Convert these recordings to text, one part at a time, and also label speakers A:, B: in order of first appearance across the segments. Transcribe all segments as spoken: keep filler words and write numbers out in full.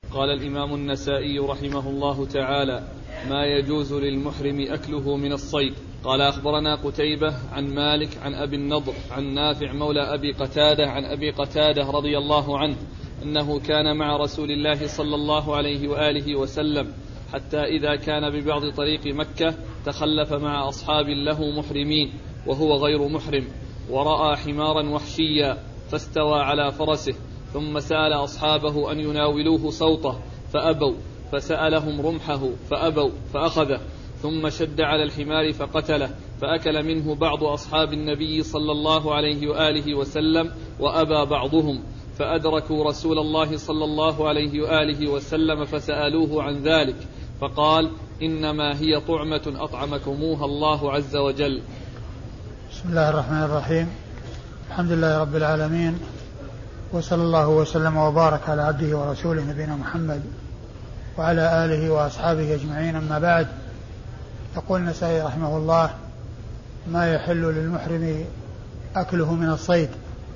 A: قال الإمام النسائي رحمه الله تعالى: ما يجوز للمحرم أكله من الصيد. قال أخبرنا قتيبة عن مالك عن أبي النضر عن نافع مولى أبي قتادة عن أبي قتادة رضي الله عنه أنه كان مع رسول الله صلى الله عليه وآله وسلم حتى إذا كان ببعض طريق مكة تخلف مع أصحاب له محرمين وهو غير محرم، ورأى حمارا وحشيا فاستوى على فرسه، ثم سأل أصحابه أن يناولوه صوته فأبوا، فسألهم رمحه فأبوا فأخذه، ثم شد على الحمار فقتله، فأكل منه بعض أصحاب النبي صلى الله عليه وآله وسلم وأبى بعضهم، فأدركوا رسول الله صلى الله عليه وآله وسلم فسألوه عن ذلك فقال: إنما هي طعمة أطعمكموها الله عز وجل.
B: بسم الله الرحمن الرحيم. الحمد لله رب العالمين، وصلى الله وسلم وبارك على عبده ورسوله نبينا محمد وعلى آله وأصحابه أجمعين، أما بعد. يقول النسائي رحمه الله: ما يحل للمحرم أكله من الصيد.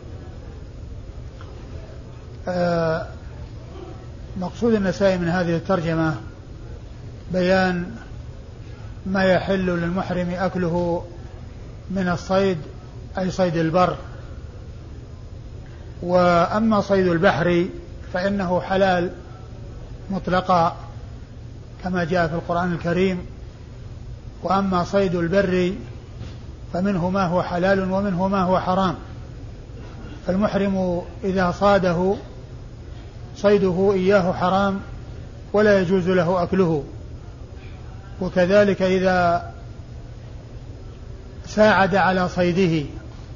B: آه مقصود النسائي من هذه الترجمة بيان ما يحل للمحرم أكله من الصيد، أي صيد البر. وأما صيد البحر فإنه حلال مطلقا كما جاء في القرآن الكريم، وأما صيد البر فمنه ما هو حلال ومنه ما هو حرام. فالمحرم إذا صاده صيده إياه حرام ولا يجوز له أكله، وكذلك إذا ساعد على صيده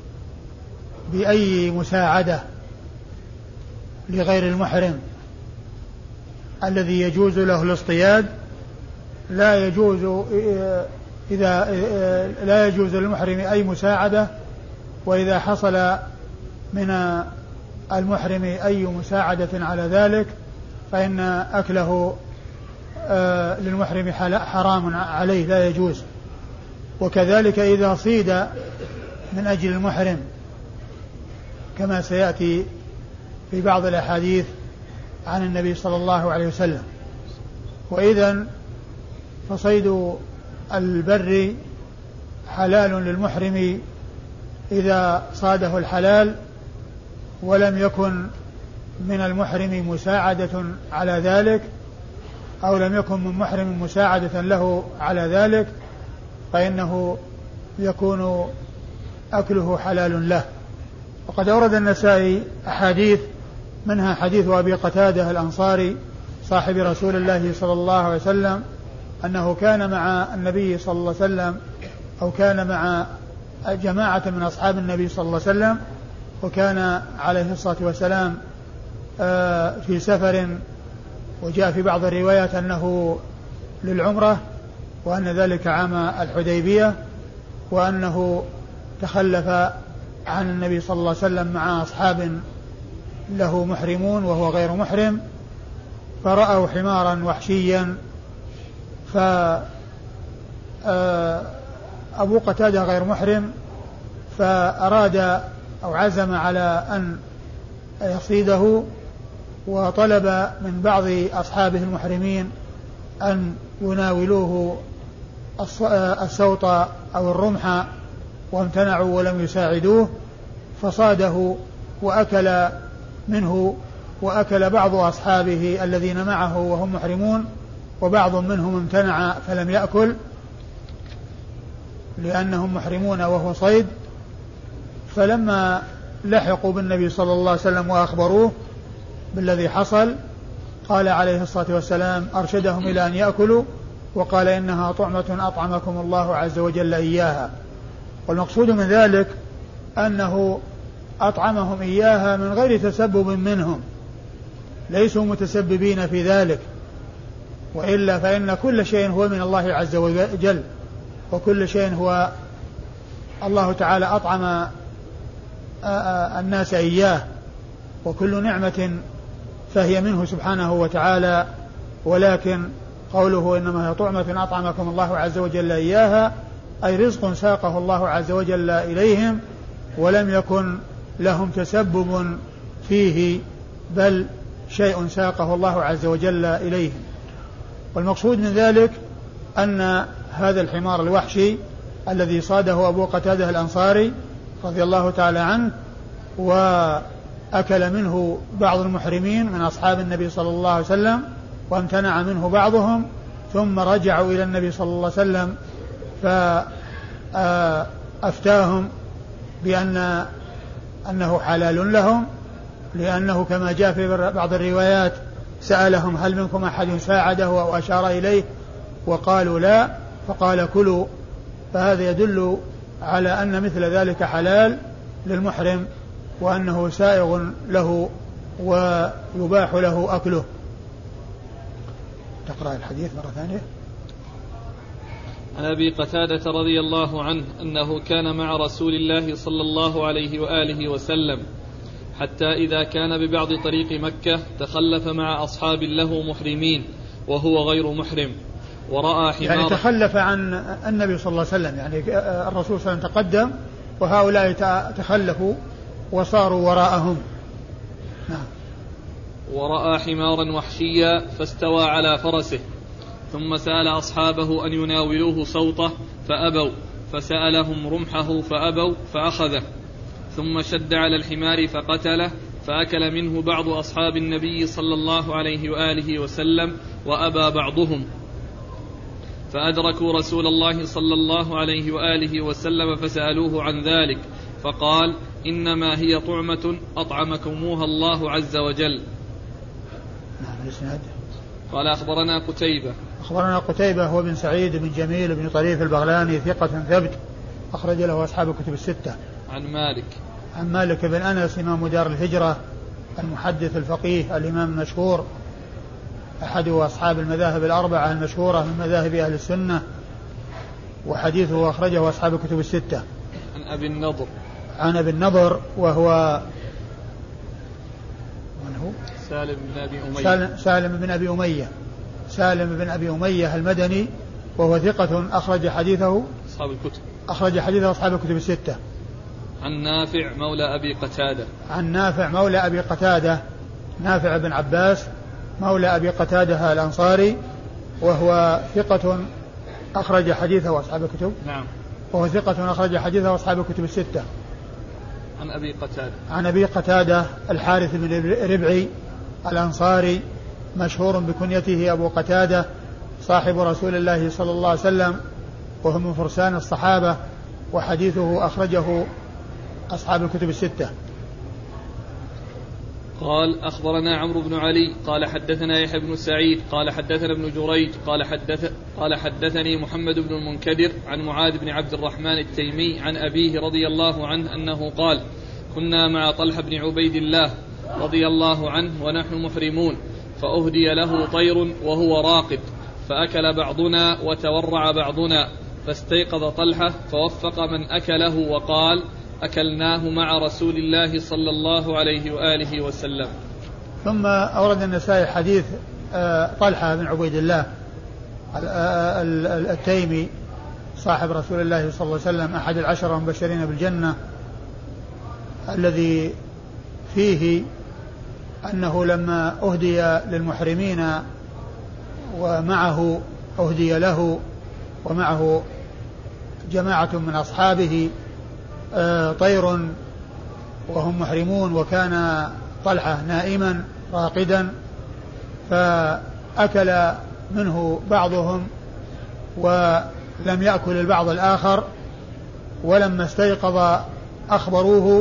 B: بأي مساعدة لغير المحرم الذي يجوز له الاصطياد، لا يجوز إذا لا يجوز للمحرم أي مساعدة، وإذا حصل من المحرم أي مساعدة على ذلك فإن أكله للمحرم حرام عليه، لا يجوز. وكذلك إذا صيد من أجل المحرم كما سيأتي في بعض الأحاديث عن النبي صلى الله عليه وسلم. وإذن فصيد البر حلال للمحرم إذا صاده الحلال ولم يكن من المحرم مساعدة على ذلك، أو لم يكن من محرم مساعدة له على ذلك، فإنه يكون أكله حلال له. وقد أورد النسائي أحاديث، منها حديث أبي قتادة الأنصاري صاحب رسول الله صلى الله عليه وسلم أنه كان مع النبي صلى الله عليه وسلم، أو كان مع جماعة من أصحاب النبي صلى الله عليه وسلم، وكان عليه الصلاة والسلام في سفر، وجاء في بعض الروايات أنه للعمرة، وأن ذلك عام الحديبية، وأنه تخلف عن النبي صلى الله عليه وسلم مع أصحاب له محرمون وهو غير محرم، فرأوا حمارا وحشيا، فأبو قتادة غير محرم فأراد أو عزم على أن يصيده، وطلب من بعض أصحابه المحرمين أن يناولوه السوط أو الرمح، وامتنعوا ولم يساعدوه، فصاده وأكل منه، وأكل بعض أصحابه الذين معه وهم محرمون، وبعض منهم امتنع فلم يأكل لأنهم محرمون وهو صيد. فلما لحقوا بالنبي صلى الله عليه وسلم وأخبروه بالذي حصل، قال عليه الصلاة والسلام أرشدهم إلى أن يأكلوا، وقال إنها طعمة أطعمكم الله عز وجل إياها. والمقصود من ذلك أنه أطعمهم إياها من غير تسبب منهم، ليسوا متسببين في ذلك، وإلا فإن كل شيء هو من الله عز وجل، وكل شيء هو الله تعالى أطعم الناس إياه، وكل نعمة فهي منه سبحانه وتعالى. ولكن قوله إنما هي طعمة أطعمكم الله عز وجل إياها، أي رزق ساقه الله عز وجل إليهم، ولم يكن لهم تسبب فيه، بل شيء ساقه الله عز وجل إليه. والمقصود من ذلك أن هذا الحمار الوحشي الذي صاده أبو قتادة الأنصاري رضي الله تعالى عنه وأكل منه بعض المحرمين من أصحاب النبي صلى الله عليه وسلم وامتنع منه بعضهم، ثم رجعوا إلى النبي صلى الله عليه وسلم فأفتاهم بأن أنه حلال لهم، لأنه كما جاء في بعض الروايات سألهم هل منكم أحد ساعده أو أشار إليه وقالوا لا، فقال كلوا. فهذا يدل على أن مثل ذلك حلال للمحرم وأنه سائغ له ويباح له أكله. تقرأ الحديث مرة ثانية.
A: عن أبي قتادة رضي الله عنه أنه كان مع رسول الله صلى الله عليه وآله وسلم حتى إذا كان ببعض طريق مكة تخلف مع أصحاب له محرمين وهو غير محرم ورأى حمار،
B: يعني تخلف عن النبي صلى الله عليه وسلم، يعني الرسول صلى الله عليه وسلم تقدم وهؤلاء تخلفوا وصاروا وراءهم. نعم.
A: ورأى حمارا وحشيا فاستوى على فرسه ثم سأل أصحابه أن يناولوه صوته فأبوا، فسألهم رمحه فأبوا فأخذه، ثم شد على الحمار فقتله، فأكل منه بعض أصحاب النبي صلى الله عليه وآله وسلم وأبى بعضهم، فأدركوا رسول الله صلى الله عليه وآله وسلم فسألوه عن ذلك فقال إنما هي طعمة أطعمكموها الله عز وجل.
B: نعم. الإسناد.
A: قال أخبرنا قتيبة
B: أخبرنا قتيبة هو بن سعيد بن جميل بن طريف البغلاني ثقة ثبت أخرج له أصحاب الكتب الستة.
A: عن مالك
B: عن مالك بن أنس إمام دار الهجرة المحدث الفقيه الإمام المشهور أحد أصحاب المذاهب الأربعة المشهورة من مذاهب أهل السنة، وحديثه أخرجه أصحاب الكتب الستة.
A: عن أبي النضر
B: عن أبي النضر وهو من هو؟
A: سالم بن أبي أمية
B: سالم, سالم بن أبي أمية سالم بن أبي أمية المدني وهو ثقة أخرج حديثه
A: أصحاب الكتب أخرج
B: حديثه أصحاب الكتب الستة.
A: عن نافع مولى أبي قتادة
B: عن نافع مولى أبي قتادة نافع بن عباس مولى أبي قتادة الأنصاري وهو ثقة أخرج حديثه أصحاب الكتب.
A: نعم.
B: وهو ثقة أخرج حديثه أصحاب الكتب الستة.
A: عن أبي قتادة
B: عن أبي قتادة الحارث بن ربعي الأنصاري مشهور بكنيته أبو قتادة صاحب رسول الله صلى الله عليه وسلم وهو من فرسان الصحابة، وحديثه أخرجه أصحاب الكتب الستة.
A: قال أخبرنا عمرو بن علي قال حدثنا يحيى بن سعيد قال حدثنا ابن جريج قال حدث قال حدثني محمد بن المنكدر عن معاذ بن عبد الرحمن التيمي عن أبيه رضي الله عنه أنه قال كنا مع طلحة بن عبيد الله رضي الله عنه ونحن محرمون فأهدي له طير وهو راقد فأكل بعضنا وتورع بعضنا، فاستيقظ طلحة فوفق من أكله وقال أكلناه مع رسول الله صلى الله عليه وآله وسلم.
B: ثم أورد النسائي حديث طلحة بن عبيد الله التيمي صاحب رسول الله صلى الله عليه وسلم أحد العشرة المبشرين بالجنة، الذي فيه أنه لما أهدي للمحرمين ومعه أهدي له ومعه جماعة من أصحابه طير وهم محرمون، وكان طلحة نائما راقدا، فأكل منه بعضهم ولم يأكل البعض الآخر، ولما استيقظ أخبروه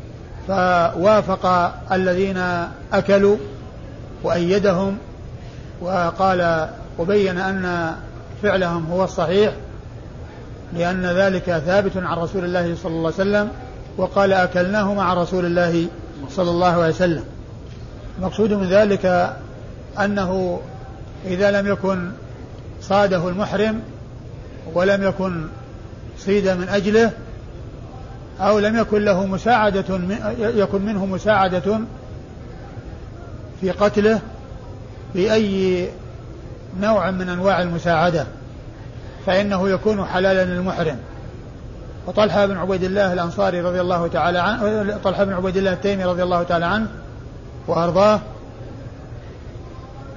B: فوافق الذين أكلوا وأيدهم وقال وبين أن فعلهم هو الصحيح لأن ذلك ثابت عن رسول الله صلى الله عليه وسلم، وقال أكلناه مع رسول الله صلى الله عليه وسلم. المقصود من ذلك أنه إذا لم يكن صاده المحرم ولم يكن صيد من أجله أو لم يكن له مساعدة يكن منه مساعدة في قتله بأي نوع من أنواع المساعدة فإنه يكون حلالا للمحرم. وطلحة بن عبيد الله الأنصاري رضي الله تعالى عنه طلحة بن عبيد الله التيمي رضي الله تعالى عنه وأرضاه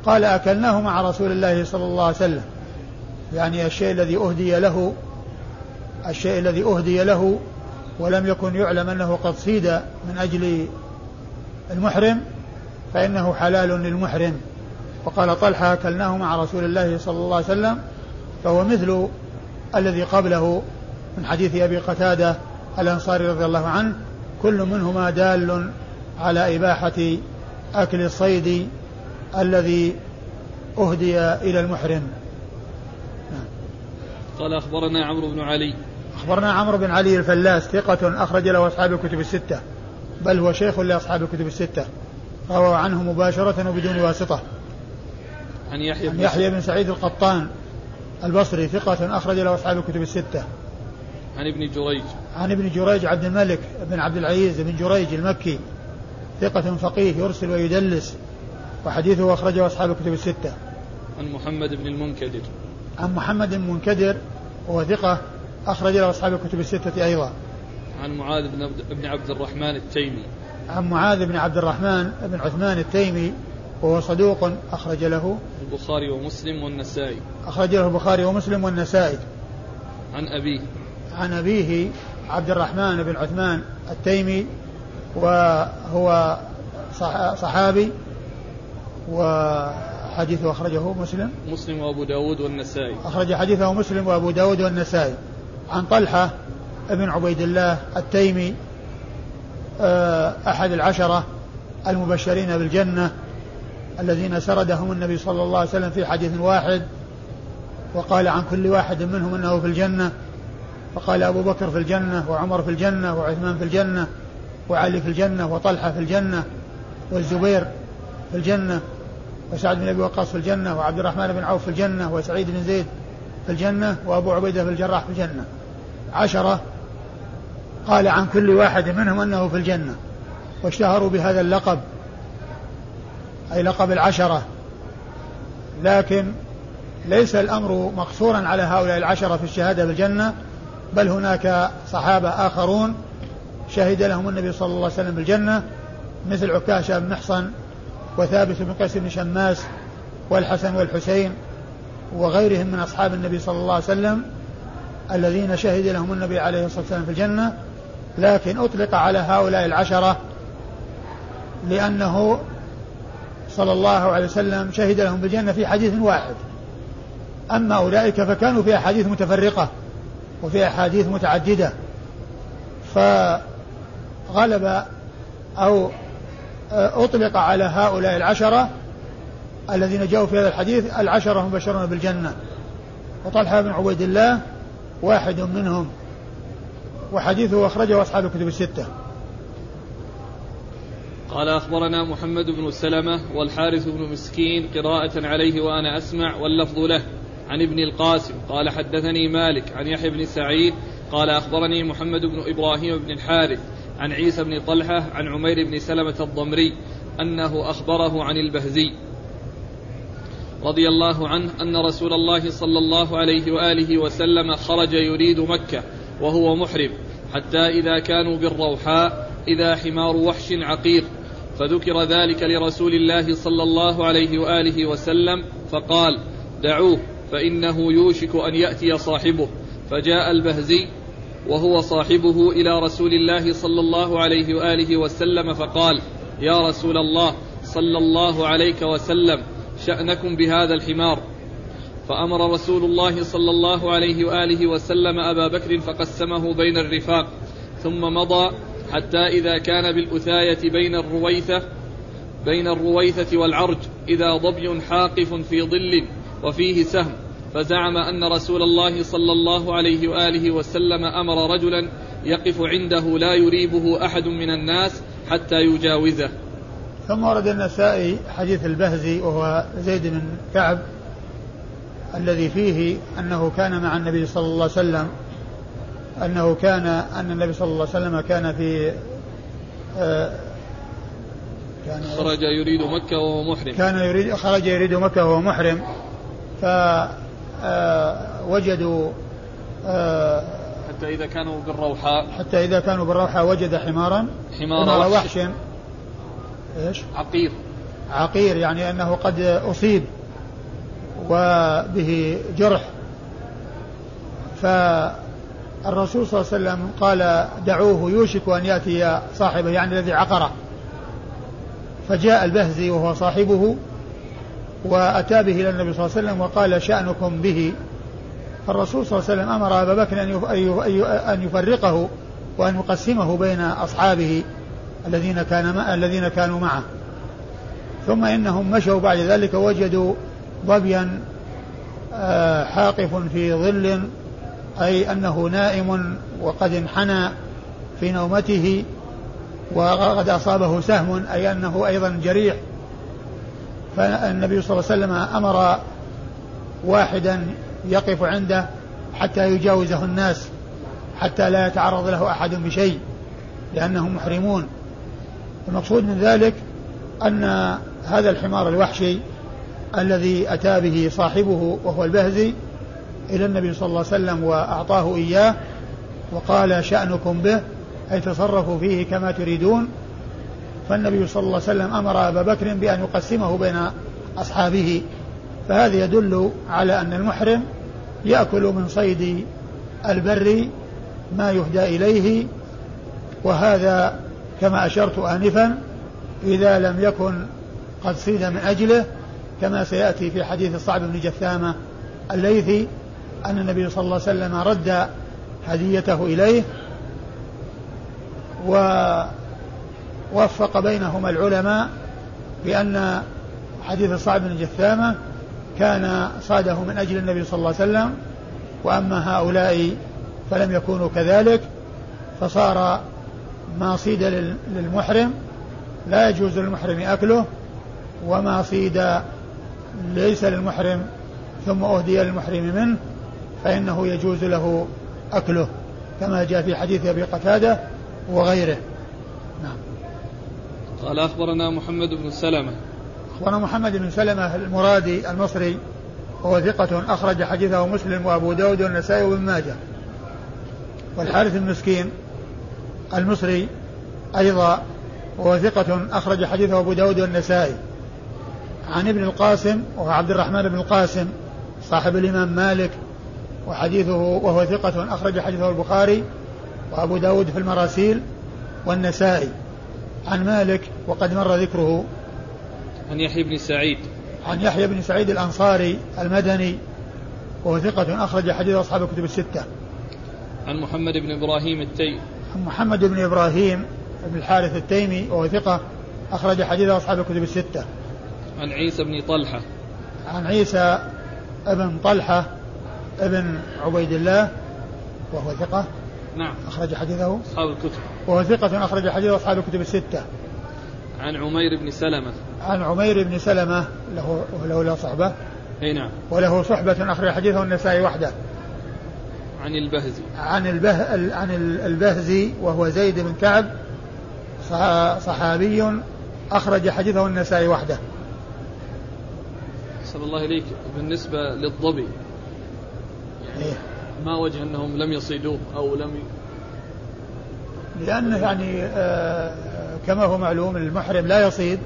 B: قال أكلناه مع رسول الله صلى الله عليه وسلم، يعني الشيء الذي أهدي له الشيء الذي أهدي له ولم يكن يعلم أنه قد صيد من أجل المحرم فإنه حلال للمحرم. وقال طلحة أكلناه مع رسول الله صلى الله عليه وسلم، فهو مثل الذي قبله من حديث أبي قتادة الأنصاري رضي الله عنه، كل منهما دال على إباحة أكل الصيد الذي أهدي إلى المحرم.
A: قال أخبرنا عمرو بن علي
B: أخبرنا عمرو بن علي الفلاس ثقة أخرج له أصحاب الكتب الستة، بل هو شيخ لأصحاب الكتب الستة، روى عنه مباشرة وبدون واسطة.
A: عن يحيى
B: بن, يحيى بن سعيد القطان البصري ثقة أخرج له أصحاب الكتب الستة.
A: عن ابن جريج
B: عن ابن جريج عبد الملك بن عبد العزيز بن جريج المكي ثقة فقيه يرسل ويدلس، وحديثه أخرجه أصحاب الكتب الستة.
A: عن محمد بن المنكدر
B: عن محمد بن المنكدر وهو ثقة أخرج له أصحاب الكتب الستة أيضا.
A: عن معاذ بن عبد الرحمن التيمي
B: عن معاذ بن عبد الرحمن بن عثمان التيمي وهو صدوق أخرج له
A: البخاري ومسلم والنسائي
B: أخرج له البخاري ومسلم والنسائي.
A: عن أبيه
B: عن أبيه عبد الرحمن بن عثمان التيمي وهو صحابي، وحديثه أخرجه مسلم
A: مسلم وأبو داود والنسائي
B: أخرج حديثه مسلم وأبو داود والنسائي. عن طلحة ابن عبيد الله التيمي أحد العشرة المبشرين بالجنة الذين سردهم النبي صلى الله عليه وسلم في حديث واحد، وقال عن كل واحد منهم أنه في الجنة، فقال أبو بكر في الجنة وعمر في الجنة وعثمان في الجنة وعلي في الجنة وطلحة في الجنة والزبير في الجنة وسعد بن أبي وقاص في الجنة وعبد الرحمن بن عوف في الجنة وسعيد بن زيد في الجنة وأبو عبيدة في الجراح في الجنة. عشرة قال عن كل واحد منهم أنه في الجنة، واشتهروا بهذا اللقب أي لقب العشرة. لكن ليس الأمر مقصورا على هؤلاء العشرة في الشهادة بالجنة، بل هناك صحابة آخرون شهد لهم النبي صلى الله عليه وسلم بالجنة، مثل عكاشة بن محصن وثابت بن قيس بن شماس والحسن والحسين وغيرهم من أصحاب النبي صلى الله عليه وسلم الذين شهد لهم النبي عليه الصلاة والسلام في الجنة. لكن أطلق على هؤلاء العشرة لأنه صلى الله عليه وسلم شهد لهم بالجنة في حديث واحد، أما أولئك فكانوا في أحاديث متفرقة وفي أحاديث متعددة، فغلب أو أطلق على هؤلاء العشرة الذين جاءوا في هذا الحديث العشرة مبشرون بالجنة، وطلحة بن عبيد الله واحد منهم، وحديثه أخرجه أصحاب الكتب الستة.
A: قال أخبرنا محمد بن سلمة والحارث بن مسكين قراءة عليه وأنا أسمع واللفظ له. عن ابن القاسم قال حدثني مالك عن يحيى بن سعيد قال أخبرني محمد بن إبراهيم بن الحارث عن عيسى بن طلحة عن عمير بن سلمة الضمري أنه أخبره عن البهزي رضي الله عنه أن رسول الله صلى الله عليه وآله وسلم خرج يريد مكة وهو محرم، حتى إذا كانوا بالروحاء إذا حمار وحش عقير، فذكر ذلك لرسول الله صلى الله عليه وآله وسلم فقال دعوه فإنه يوشك أن يأتي صاحبه. فجاء البهزي وهو صاحبه إلى رسول الله صلى الله عليه وآله وسلم فقال يا رسول الله صلى الله عليك وسلم شأنكم بهذا الحمار. فأمر رسول الله صلى الله عليه وآله وسلم أبا بكر فقسمه بين الرفاق، ثم مضى حتى إذا كان بالأثاية بين الرويثة بين الرويثة والعرج إذا ظبي حاقف في ظل وفيه سهم، فزعم أن رسول الله صلى الله عليه وآله وسلم أمر رجلا يقف عنده لا يريبه أحد من الناس حتى يجاوزه.
B: ثم ورد النسائي حديث البهزي وهو زيد بن كعب الذي فيه أنه كان مع النبي صلى الله عليه وسلم أنه كان أن النبي صلى الله عليه وسلم كان في آه
A: كان خرج يريد مكة وهو محرم
B: كان يريد خرج يريد مكة وهو محرم فوجدوا آه
A: حتى إذا كانوا بالروحاء
B: حتى إذا كانوا بالروحاء وجد حمارا
A: حمار وحش
B: إيش
A: عقير
B: عقير يعني أنه قد أصيب وبه جرح، فالرسول صلى الله عليه وسلم قال دعوه يوشك أن يأتي صاحبه يعني الذي عقره، فجاء البهزي وهو صاحبه وأتى به إلى النبي صلى الله عليه وسلم وقال شأنكم به. فالرسول صلى الله عليه وسلم أمر أبا بكر أن يفرقه وأن يقسمه بين أصحابه الذين كان الذين كانوا معه. ثم إنهم مشوا بعد ذلك وجدوا ظبيا حاقف في ظل، أي أنه نائم وقد انحنى في نومته وقد أصابه سهم، أي أنه أيضا جريح. فالنبي صلى الله عليه وسلم أمر واحدا يقف عنده حتى يجاوزه الناس حتى لا يتعرض له أحد بشيء لأنهم محرمون. المقصود من ذلك أن هذا الحمار الوحشي الذي أتى به صاحبه وهو البهزي إلى النبي صلى الله عليه وسلم وأعطاه إياه وقال شأنكم به، أي تصرفوا فيه كما تريدون. فالنبي صلى الله عليه وسلم أمر أبا بكر بأن يقسمه بين أصحابه. فهذا يدل على أن المحرم يأكل من صيد البر ما يهدى إليه، وهذا كما أشرت آنفا إذا لم يكن قد صيد من أجله، كما سيأتي في حديث الصعب بن جثامة الليثي أن النبي صلى الله عليه وسلم رد هديته إليه، ووفق بينهما العلماء بأن حديث الصعب بن جثامة كان صاده من أجل النبي صلى الله عليه وسلم، وأما هؤلاء فلم يكونوا كذلك، فصار ما صيد للمحرم لا يجوز للمحرم أكله، وما صيد ليس للمحرم ثم أهدي للمحرم منه فإنه يجوز له أكله، كما جاء في حديث أبي قتادة وغيره. نعم.
A: قال أخبرنا محمد بن سلمة.
B: أخبرنا محمد بن سلمة المرادي المصري وهو ثقة أخرج حديثه مسلم وأبو داود والنسائي وابن ماجه. والحارث المسكين المصري أيضا وهو ثقة أخرج حديثه أبو داود والنسائي. عن ابن القاسم وهو عبد الرحمن بن القاسم صاحب الإمام مالك وحديثه وهو ثقة أخرج حديثه البخاري وأبو داود في المراسيل والنسائي. عن مالك وقد مر ذكره.
A: عن يحيى بن سعيد.
B: عن يحيى بن سعيد الأنصاري المدني وهو ثقة أخرج حديث أصحاب الكتب الستة.
A: عن محمد بن إبراهيم التيمي.
B: عن محمد بن إبراهيم بن الحارث التيمي وهو ثقة أخرج حديث أصحاب الكتب الستة.
A: عن عيسى بن طلحة.
B: عن عيسى ابن طلحة ابن عبيد الله وهو ثقة.
A: نعم.
B: أخرج حديثه
A: أصحاب الكتب.
B: وهو ثقة أخرج حديث أصحاب الكتب الستة.
A: عن عمير بن سلمة.
B: عن عمير بن سلمة له له له صحبة.
A: أي نعم.
B: وله صحبة أخرج حديثه النسائي وحده.
A: عن البهزي.
B: عن البه عن البهزي وهو زيد بن كعب صحابي أخرج حديثه النسائي وحده.
A: صلى الله إليك. بالنسبة للظبي يعني إيه؟ ما وجه أنهم لم يصيدوه أو لم ي...
B: لأنه يعني آه كما هو معلوم المحرم لا يصيد،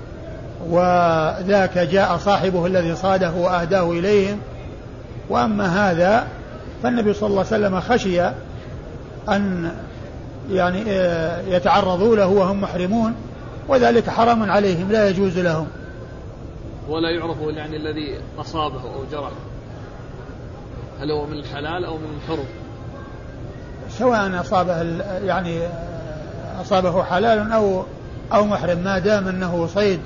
B: وذاك جاء صاحبه الذي صاده وأهداه إليهم. وأما هذا فالنبي صلى الله عليه وسلم خشي أن يعني آه يتعرضوا له وهم محرمون، وذلك حرام عليهم لا يجوز لهم.
A: ولا يعرف يعني الذي أصابه أو جرح هل هو من الحلال أو من الحرم،
B: سواء أصابه يعني أصابه حلال أو أو محرم، ما دام أنه صيد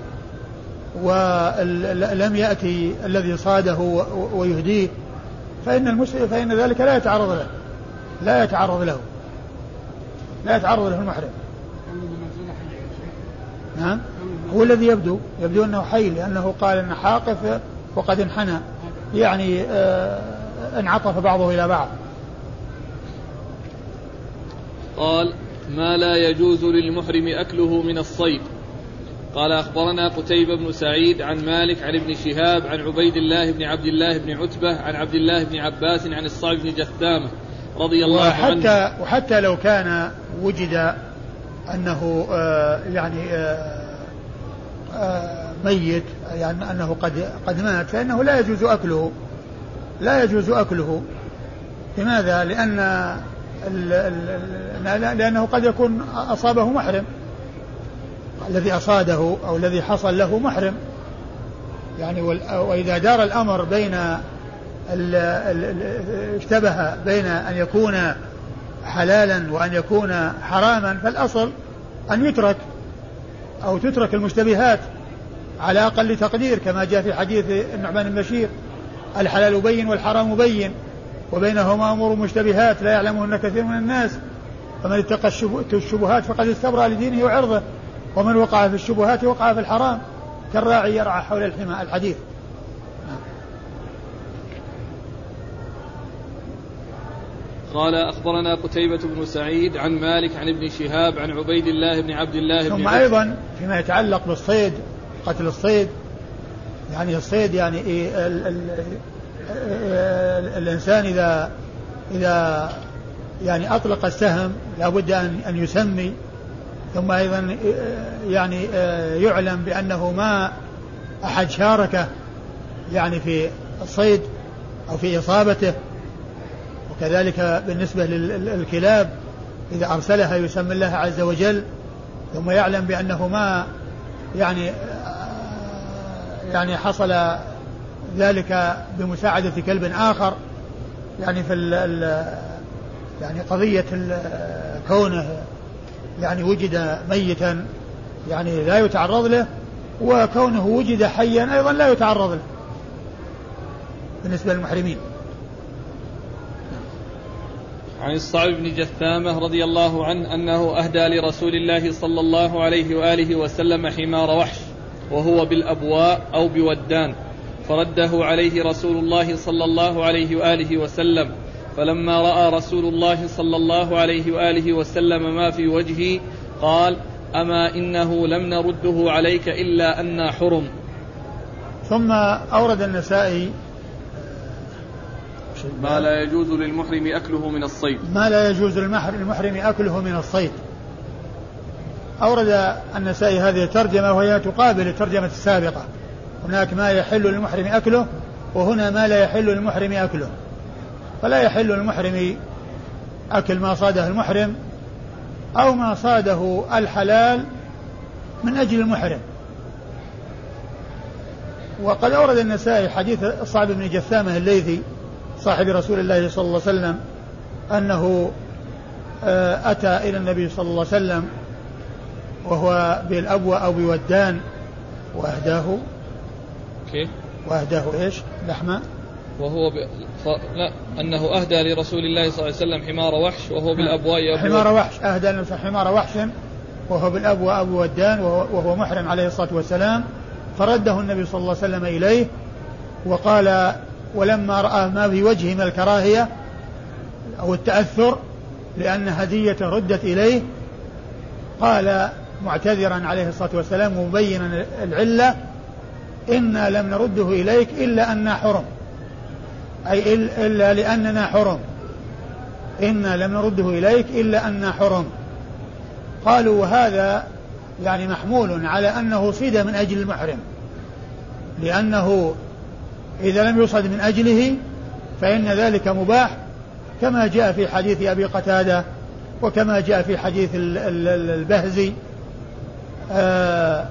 B: ولم يأتي الذي صاده ويهديه فإن المسلم فإن ذلك لا يتعرض له لا يتعرض له لا يتعرض له المحرم. نعم. هو الذي يبدو يبدو أنه حي، لأنه قال أن حاقف وقد انحنى، يعني آه انعطف بعضه إلى بعض.
A: قال ما لا يجوز للمحرم أكله من الصيد. قال أخبرنا قتيبة بن سعيد عن مالك عن ابن شهاب عن عبيد الله بن عبد الله بن عتبة عن عبد الله بن عباس عن الصعب بن جثامة رضي الله
B: وحتى
A: عنه.
B: وحتى لو كان وجد أنه آه يعني آه آه ميت يعني أنه قد قد مات فإنه لا يجوز أكله لا يجوز أكله. لماذا؟ لأن ال ال لأنه قد يكون أصابه محرم، الذي أصاده أو الذي حصل له محرم يعني. وإذا دار الأمر بين اشتبه بين أن يكون حلالا وأن يكون حراما فالأصل أن يترك أو تترك المشتبهات على أقل تقدير، كما جاء في حديث النعمان بن بشير: الحلال بين والحرام بين وبينهما أمور مشتبهات لا يعلمهن كثير من الناس، فمن اتقى الشبهات فقد استبرأ لدينه وعرضه ومن وقع في الشبهات وقع في الحرام كالراعي يرعى حول الحمى. الحديث.
A: قال أخبرنا قتيبة بن سعيد عن مالك عن ابن شهاب عن عبيد الله بن عبد الله بن
B: ثم أيضا فيما يتعلق بالصيد، قتل الصيد، يعني الصيد يعني إيه ال ال ال الإنسان إذا إذا يعني أطلق السهم لابد أن أن يسمي، ثم أيضا يعني يعلم بأنه ما أحد شاركه يعني في الصيد أو في إصابته. وكذلك بالنسبة للكلاب إذا أرسلها يسمي الله عز وجل، ثم يعلم بأنه ما يعني يعني حصل ذلك بمساعدة كلب آخر يعني في ال يعني قضية كونه يعني وجد ميتا يعني لا يتعرض له، وكونه وجد حيا أيضا لا يتعرض له بالنسبة للمحرمين.
A: عن الصعب بن جثامة رضي الله عنه أنه أهدى لرسول الله صلى الله عليه وآله وسلم حمار وحش وهو بالأبواء أو بودان، فرده عليه رسول الله صلى الله عليه وآله وسلم، فلما رأى رسول الله صلى الله عليه وآله وسلم ما في وجهه قال: أما إنه لم نرده عليك إلا أن حرم.
B: ثم أورد النسائي
A: ما لا يجوز للمحرم أكله من الصيد
B: ما لا يجوز للمحرم أكله من الصيد. أورد النسائي هذه الترجمة وهي تقابل الترجمة السابقة، هناك ما يحل للمحرم أكله وهنا ما لا يحل للمحرم أكله. فلا يحل للمحرم أكل ما صاده المحرم أو ما صاده الحلال من أجل المحرم. وقد أورد النسائي حديث الصعب بن جثامة الليثي صاحب رسول الله صلى الله عليه وسلم أنه أتى إلى النبي صلى الله عليه وسلم وهو بالأبوى أو بودان وأهداه
A: كيف؟
B: وأهداه إيش؟ لحمة
A: وهو ب... ف... لا أنه أهدى لرسول الله صلى الله عليه وسلم حمار وحش وهو بالأبواء
B: حمار وحش أهدى لنفسه حمار وحش وهو بالأبواء أبو ودان وهو... وهو محرم عليه الصلاة والسلام، فرده النبي صلى الله عليه وسلم إليه وقال ولما رأى ما في وجهه من الكراهية أو التأثر لأن هدية ردت إليه قال معتذرا عليه الصلاة والسلام مبينا العلة: إنا لم نرده إليك إلا أننا حرم، أي إلا لأننا حرم، إنا لم نرده إليك إلا أننا حرم. قالوا وهذا يعني محمول على أنه صيد من أجل المحرم، لأنه إذا لم يصد من أجله فإن ذلك مباح، كما جاء في حديث أبي قتادة وكما جاء في حديث البهزي آآ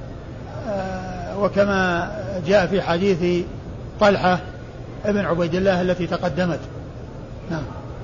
B: آآ وكما جاء في حديث طلحة ابن عبيد الله التي تقدمت. نعم.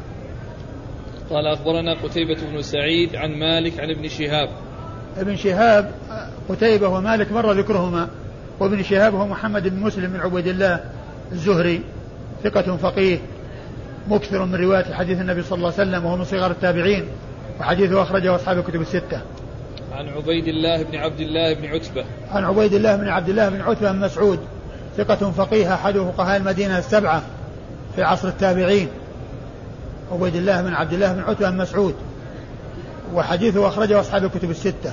A: قال أخبرنا قتيبة بن سعيد عن مالك عن ابن شهاب.
B: ابن شهاب قتيبة ومالك مر ذكرهما، وابن شهاب هو محمد بن مسلم بن عبيد الله الزهري ثقة فقيه مكثر من رواية حديث النبي صلى الله عليه وسلم وهو من صغار التابعين، وحديثه أخرجه أصحاب الكتب الستة.
A: عن عبيد الله بن عبد الله بن عتبة.
B: عن عبيد الله بن عبد الله بن عتبة بن مسعود ثقة فقيه أحد فقهاء المدينة السبعة في عصر التابعين، عبيد الله بن عبد الله بن عتبة بن مسعود، وحديثه أخرجه أصحاب الكتب الستة.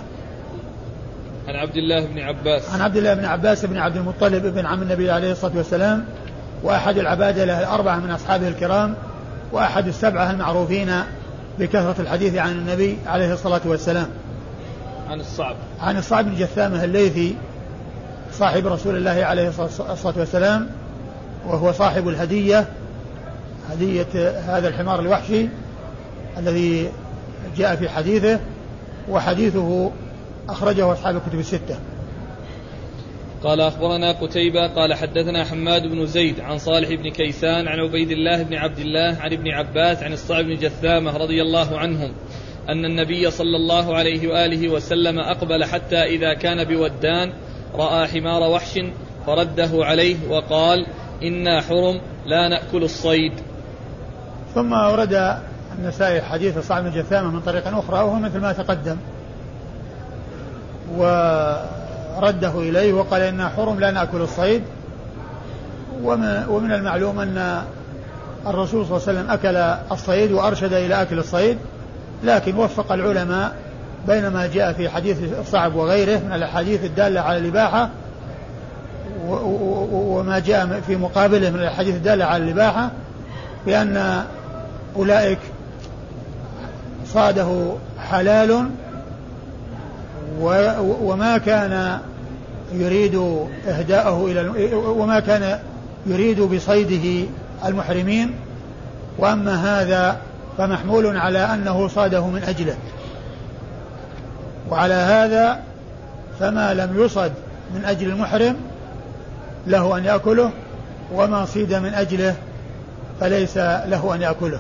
A: عن عبد الله بن عباس.
B: عن عبد الله بن عباس بن عبد المطلب بن عم النبي عليه الصلاة والسلام، وأحد العبادة الأربعة من أصحابه الكرام، وأحد السبعة المعروفين بكثرة الحديث عن النبي عليه الصلاة والسلام.
A: عن الصعب.
B: عن الصعب بن جثامة الليثي صاحب رسول الله عليه الصلاة والسلام، وهو صاحب الهدية، هدية هذا الحمار الوحشي الذي جاء في حديثه، وحديثه أخرجه أصحاب الكتب الستة.
A: قال أخبرنا قتيبة قال حدثنا حماد بن زيد عن صالح بن كيسان عن عبيد الله بن عبد الله عن ابن عباس عن الصعب بن جثامة رضي الله عنهم أن النبي صلى الله عليه وآله وسلم أقبل حتى إذا كان بودان رأى حمار وحش فرده عليه وقال إنا حرم لا نأكل الصيد.
B: ثم ورد النسائي حديث الصعب بن جثامة من طريق أخرى وهو مثل ما تقدم، ورده إليه وقال إنا حرم لا نأكل الصيد. ومن المعلوم أن الرسول صلى الله عليه وسلم أكل الصيد وأرشد إلى أكل الصيد، لكن وفق العلماء بين ما جاء في حديث الصعب وغيره من الأحاديث الدالة على الإباحة وما جاء في مقابله من الحديث الدالة على الإباحة، بأن أولئك صاده حلال وما كان يريد إهداءه إلى وما كان يريد بصيده المحرمين، وأما هذا فمحمول على أنه صاده من أجله، وعلى هذا فما لم يصد من أجل المحرم له أن يأكله، وما صيد من أجله فليس له أن يأكله.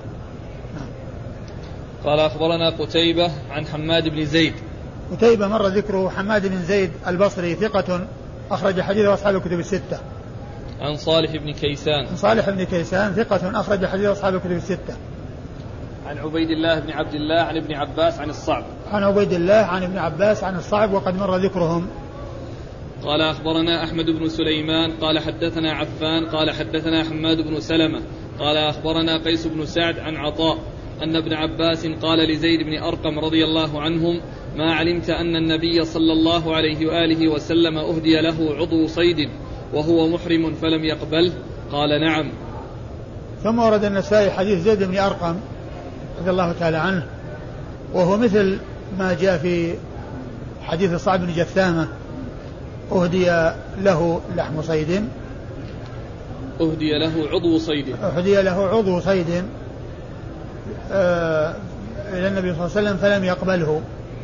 A: قال أخبرنا قتيبة عن حماد بن زيد.
B: قتيبة مر ذكره. حماد بن زيد البصري ثقة أخرج حديثه أصحاب الكتب الستة.
A: عن صالح بن كيسان.
B: عن صالح بن كيسان ثقة أخرج حديثه أصحاب الكتب الستة.
A: عن عبيد الله بن عبد الله عن ابن عباس عن الصعب.
B: عن عبيد الله عن ابن عباس عن الصعب وقد مر ذكرهم.
A: قال أخبرنا أحمد بن سليمان قال حدثنا عفان قال حدثنا حماد بن سلمة قال أخبرنا قيس بن سعد عن عطاء أن ابن عباس قال لزيد بن أرقم رضي الله عنهم ما علمت أن النبي صلى الله عليه وآله وسلم أهدي له عضو صيد وهو محرم فلم يقبله؟ قال نعم.
B: ثم ورد النسائي حديث زيد بن أرقم رضي الله تعالى عنه، وهو مثل ما جاء في حديث الصعب بن جثامة أهدي له لحم صيد
A: أهدي له عضو صيد
B: أهدي له عضو صيد آه إلى النبي صلى الله عليه وسلم فلم يقبله.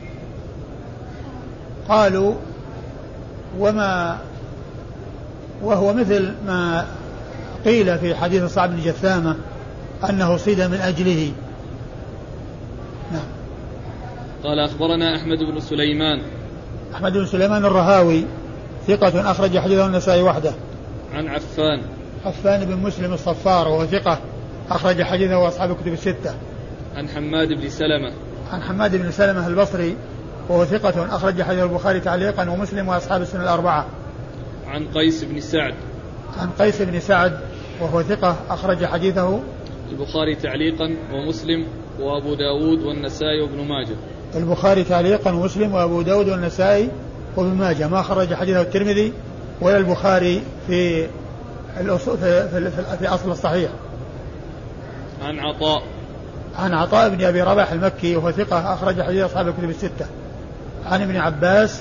B: قالوا وما وهو مثل ما قيل في حديث الصعب بن جثامة أنه صيد من أجله. نعم.
A: قال أخبرنا أحمد بن سليمان.
B: أحمد بن سليمان الرهاوي ثقة أخرج حديثه النسائي وحده.
A: عن عفان.
B: عفان بن مسلم الصفار وهو ثقة أخرج حديثه أصحاب الكتب الستة.
A: عن حماد بن سلمة.
B: عن حماد بن سلمة البصري وهو ثقة أخرج حديث البخاري تعليقا ومسلم وأصحاب السنة الأربعة.
A: عن قيس بن سعد.
B: عن قيس بن سعد وهو ثقة أخرج حديثه
A: البخاري تعليقا ومسلم وأبو داود والنسائي وابن ماجه.
B: البخاري تعليقا ومسلم وأبو داود والنسائي وابن ماجه، ما خرج حديثه الترمذي ولا البخاري في الأصول في, في, في, في أصل الصحيح.
A: عن عطاء.
B: عن عطاء بن أبي رباح المكي وهو ثقة أخرج حديث أصحاب الكتب الستة. عن ابن عباس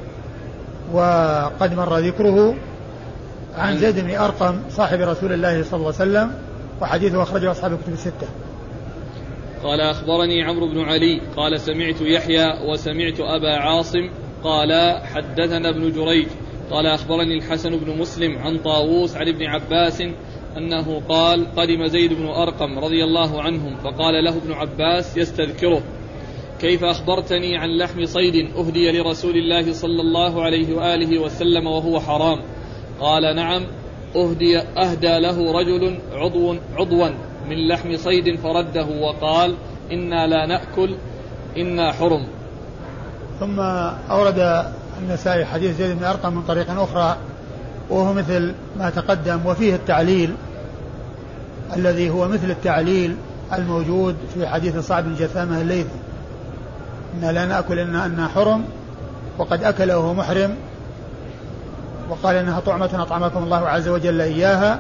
B: وقد مر ذكره. عن زيد بن أرقم صاحب رسول الله صلى الله عليه وسلم وحديثه أخرجه أصحاب الكتب الستة.
A: قال أخبرني عمرو بن علي قال سمعت يحيى وسمعت أبا عاصم قال حدثنا ابن جريج قال أخبرني الحسن بن مسلم عن طاووس عن ابن عباس أنه قال قدم زيد بن أرقم رضي الله عنهم فقال له ابن عباس يستذكره كيف أخبرتني عن لحم صيد أهدي لرسول الله صلى الله عليه وآله وسلم وهو حرام؟ قال نعم أهدي أهدى له رجل عضو عضوا من لحم صيد فرده وقال إنا لا نأكل إنا حرم.
B: ثم أورد النسائي حديث زيد بن أرقم من طريق أخرى وهو مثل ما تقدم وفيه التعليل الذي هو مثل التعليل الموجود في حديث صعب بن جثامة الليثي إنا لا نأكل إنا أنها حرم وقد أكله وهو محرم وقال إنها طعمة أطعمكم الله عز وجل إياها،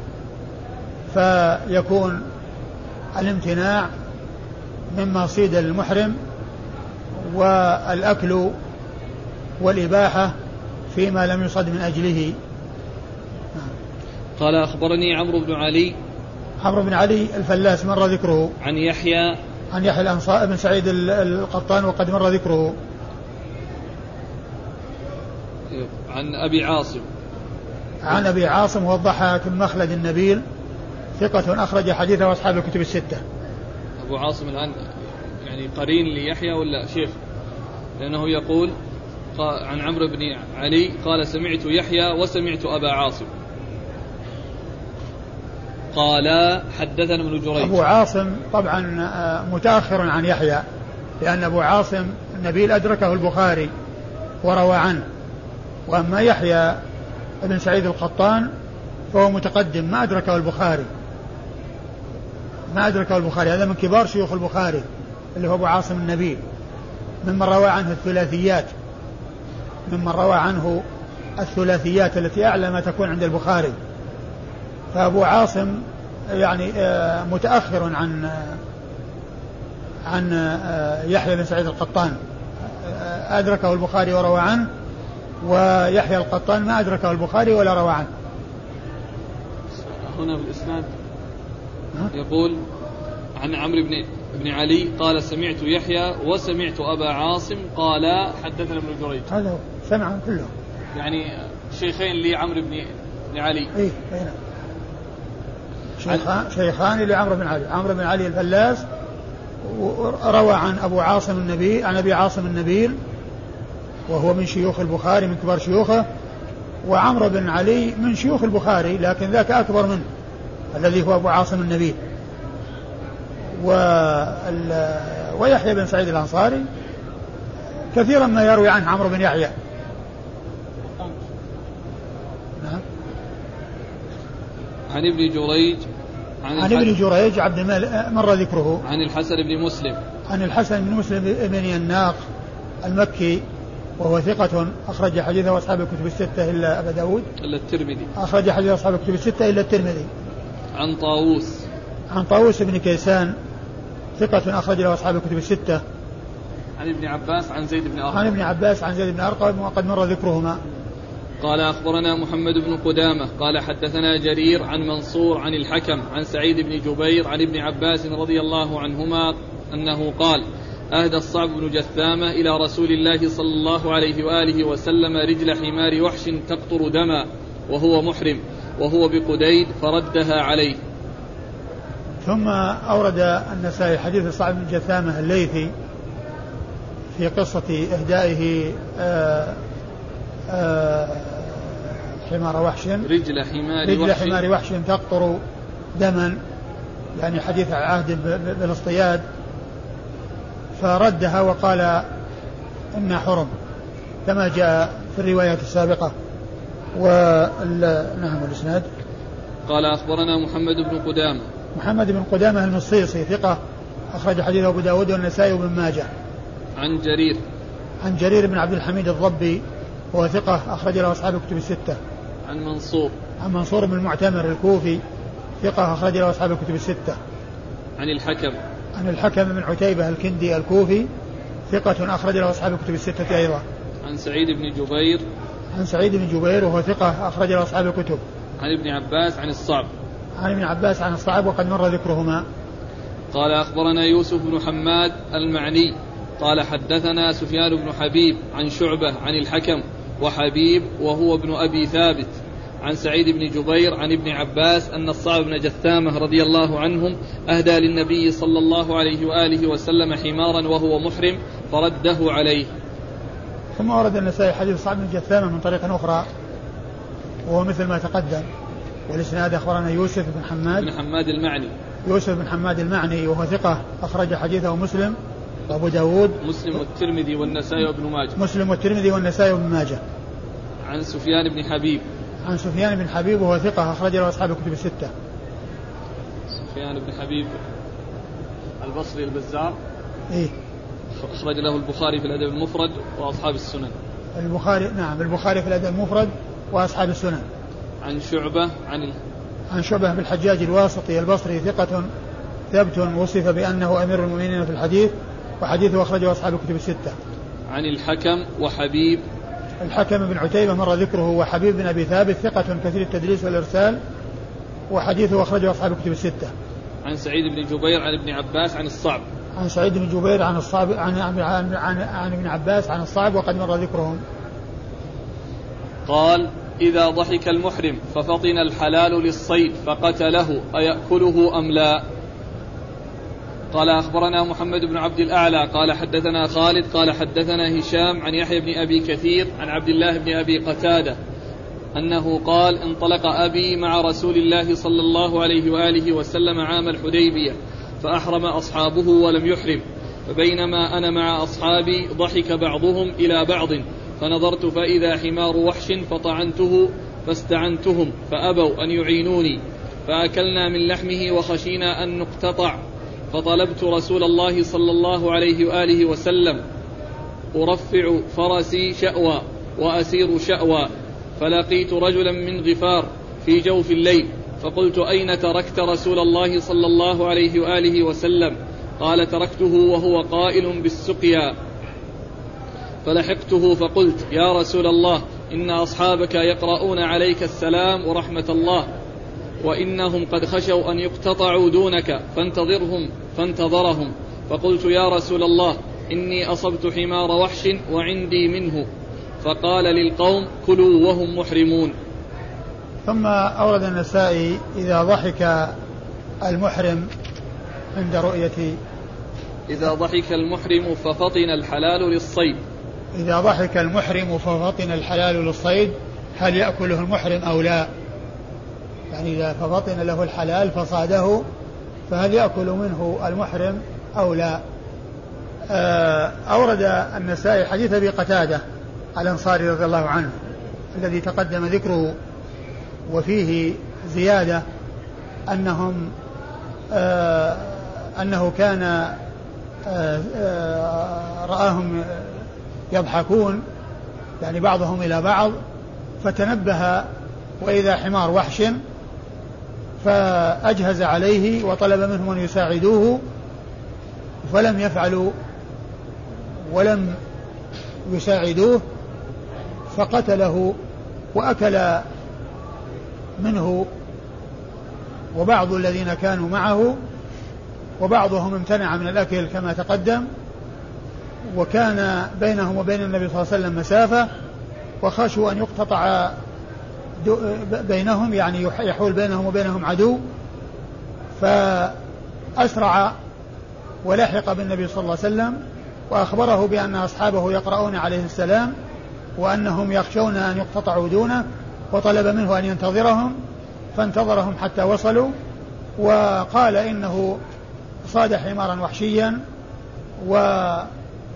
B: فيكون الامتناع مما صيد المحرم والأكل والإباحة فيما لم يصد من أجله.
A: قال أخبرني عمرو بن علي
B: عمرو بن علي الفلاس مر ذكره.
A: عن يحيى
B: عن يحيى الأنصاري بن سعيد القطان وقد مر ذكره.
A: عن أبي عاصم
B: عن أبي عاصم هو الضحاك بن مخلد النبيل ثقة أخرج حديثه أصحاب الكتب الستة.
A: أبو عاصم الآن يعني قرين ليحيى ولا شيخ؟ لأنه يقول عن عمرو بن علي قال سمعت يحيى وسمعت أبا عاصم قال حدثنا ابن جريج.
B: أبو عاصم طبعا متأخر عن يحيى لأن أبو عاصم النبيل أدركه البخاري وروى عنه، وأما يحيى بن سعيد القطان فهو متقدم ما أدركه البخاري ما أدركه البخاري هذا من كبار شيوخ البخاري اللي هو أبو عاصم النبيل، ممن روى عنه الثلاثيات ممن روى عنه الثلاثيات التي أعلى ما تكون عند البخاري. فأبو عاصم يعني متأخر عن عن يحيى بن سعيد القطان أدركه البخاري وروى عنه، ويحيى القطان ما أدركه البخاري ولا روى عنه.
A: هنا في الإسناد يقول عن عمرو بن بن علي قال سمعت يحيى وسمعت أبا عاصم قال حدثنا ابن جريج.
B: هذا هو سمعهم كلهم
A: يعني شيخين لعمرو بن بن علي.
B: إيه هنا شيخان شيخان لعمرو بن علي. عمرو بن علي الفلاس روى عن أبو عاصم النبي عن أبي عاصم النبيل وهو من شيوخ البخاري من كبار شيوخه، وعمرو بن علي من شيوخ البخاري لكن ذاك أكبر منه الذي هو أبو عاصم النبيل. ويحيى بن سعيد الأنصاري كثيرا ما يروي عنه عمرو بن يحيى. نعم.
A: عن ابن جريج
B: عن, عن ابن جريج عبد المال مر ذكره.
A: عن الحسن بن مسلم
B: عن الحسن بن مسلم بن يناق المكي وهو ثقة أخرج حديثه أصحاب الكتب الستة إلا أبا داود
A: إلا الترمذي.
B: أخرج حديث أصحاب الكتب الستة إلا الترمذي.
A: عن طاووس
B: عن طاووس بن كيسان ثقة أخرج له أصحاب الكتب الستة.
A: عن ابن عباس عن زيد بن أرقم
B: عن ابن عباس عن زيد بن أرقم وقد مر ذكرهما.
A: قال أخبرنا محمد بن قدامة قال حدثنا جرير عن منصور عن الحكم عن سعيد بن جبير عن ابن عباس رضي الله عنهما أنه قال أهدى الصعب بن جثامة إلى رسول الله صلى الله عليه وآله وسلم رجل حمار وحش تقطر دما وهو محرم وهو بقديد فردها عليه.
B: ثم أورد النسائي حديث الصعب بن جثامة الليثي في قصة إهدائه آآ آآ حمار وحش
A: رجل حمار
B: رجل
A: وحش,
B: حمار وحش تقطر دما، يعني حديث عهد بالاصطياد، فردها وقال إنها حرم كما جاء في الروايات السابقة. ونعم الإسناد.
A: قال أخبرنا محمد بن قدامة
B: محمد بن قدامة المصيصي ثقة أخرج حديثه أبو داود والنسائي وابن ماجه.
A: عن جرير
B: عن جرير بن عبد الحميد الضبي وهو ثقة أخرج له أصحاب الكتب الستة.
A: عن منصور
B: عن منصور بن المعتمر الكوفي ثقة أخرج له أصحاب الكتب الستة.
A: عن الحكم
B: عن الحكم بن عتيبة الكندي الكوفي ثقة أخرج له أصحاب الكتب الستة أيضا.
A: عن سعيد بن جبير
B: عن سعيد بن جبير وهو ثقة أخرج له أصحاب الكتب.
A: عن ابن عباس عن الصعب
B: عن ابن عباس عن الصعب وقد مر ذكرهما.
A: قال أخبرنا يوسف بن حماد المعني قال حدثنا سفيان بن حبيب عن شعبة عن الحكم وحبيب وهو ابن أبي ثابت عن سعيد بن جبير عن ابن عباس أن الصعب بن جثامة رضي الله عنهم أهدى للنبي صلى الله عليه وآله وسلم حمارا وهو محرم فرده عليه.
B: ثم ورد النسائي حديث الصعب بن جثامة من طريق أخرى وهو مثل ما تقدم، والإسناد أخبرنا يوسف بن حماد
A: بن حماد المعني
B: يوسف بن حماد المعني وهو ثقة أخرج حديثه مسلم وأبو داود
A: مسلم والترمذي والنسائي وابن ماجه
B: مسلم والترمذي والنسائي وابن ماجه.
A: عن سفيان بن حبيب
B: عن سفيان بن حبيب وهو ثقة أخرج له أصحاب الكتب الستة.
A: سفيان بن حبيب البصري البزار
B: إيه
A: أخرج له البخاري في الأدب المفرد وأصحاب السنن.
B: البخاري نعم البخاري في الأدب المفرد وأصحاب السنن.
A: عن شعبة عن ال...
B: عن شعبة بالحجاج الواسطي البصري ثقة ثبت وصف بأنه أمير المؤمنين في الحديث وحديثه أخرجه أصحاب الكتب الستة.
A: عن الحكم وحبيب
B: الحكم بن عتيبة مر ذكره، وحبيب بن أبي ثابت ثقة كثير التدليس والإرسال، وحديثه أخرجه أصحاب الكتب الستة.
A: عن سعيد بن جبير عن ابن عباس عن الصعب.
B: عن سعيد بن جبير عن الصعب عن, عن, عن, عن, عن ابن عباس عن الصعب وقد مر ذكرهم.
A: قال: إذا ضحك المحرم ففطن الحلال للصيد فقتله أيأكله أم لا؟ قال: أخبرنا محمد بن عبد الأعلى قال حدثنا خالد قال حدثنا هشام عن يحيى بن أبي كثير عن عبد الله بن أبي قتادة أنه قال: انطلق أبي مع رسول الله صلى الله عليه وآله وسلم عام الحديبية فأحرم أصحابه ولم يحرم، فبينما أنا مع أصحابي ضحك بعضهم إلى بعض فنظرت فإذا حمار وحش فطعنته فاستعنتهم فأبوا أن يعينوني فأكلنا من لحمه وخشينا أن نقتطع، فطلبت رسول الله صلى الله عليه وآله وسلم أرفع فرسي شأوى وأسير شأوى، فلقيت رجلا من غفار في جوف الليل فقلت: أين تركت رسول الله صلى الله عليه وآله وسلم؟ قال: تركته وهو قائل بالسقيا، فلحقته فقلت: يا رسول الله، إن أصحابك يقرؤون عليك السلام ورحمة الله، وإنهم قد خشوا أن يقتطعوا دونك فانتظرهم فانتظرهم، فقلت: يا رسول الله، إني أصبت حمار وحش وعندي منه، فقال للقوم: كلوا وهم محرمون.
B: ثم أورد النسائي: إذا ضحك المحرم عند رؤية
A: إذا ضحك المحرم ففطن الحلال للصيد.
B: إذا ضحك المحرم ففطن الحلال للصيد، هل يأكله المحرم أو لا؟ يعني إذا ففطن له الحلال فصاده فهل يأكل منه المحرم أو لا؟ أورد النسائي حديث أبي قتادة الأنصاري رضي الله عنه الذي تقدم ذكره، وفيه زيادة أنهم آه أنه كان آه آه رآهم يضحكون، يعني بعضهم إلى بعض، فتنبه وإذا حمار وحش فأجهز عليه وطلب منهم أن يساعدوه فلم يفعلوا ولم يساعدوه فقتله وأكل منه وبعض الذين كانوا معه، وبعضهم امتنع من الأكل كما تقدم، وكان بينهم وبين النبي صلى الله عليه وسلم مسافة، وخشوا أن يقتطع بينهم، يعني يحول بينهم وبينهم عدو، فأسرع ولحق بالنبي صلى الله عليه وسلم وأخبره بأن أصحابه يقرؤون عليه السلام وأنهم يخشون أن يقتطعوا دونه، وطلب منه أن ينتظرهم، فانتظرهم حتى وصلوا، وقال إنه صاد حمارا وحشيا، والنبي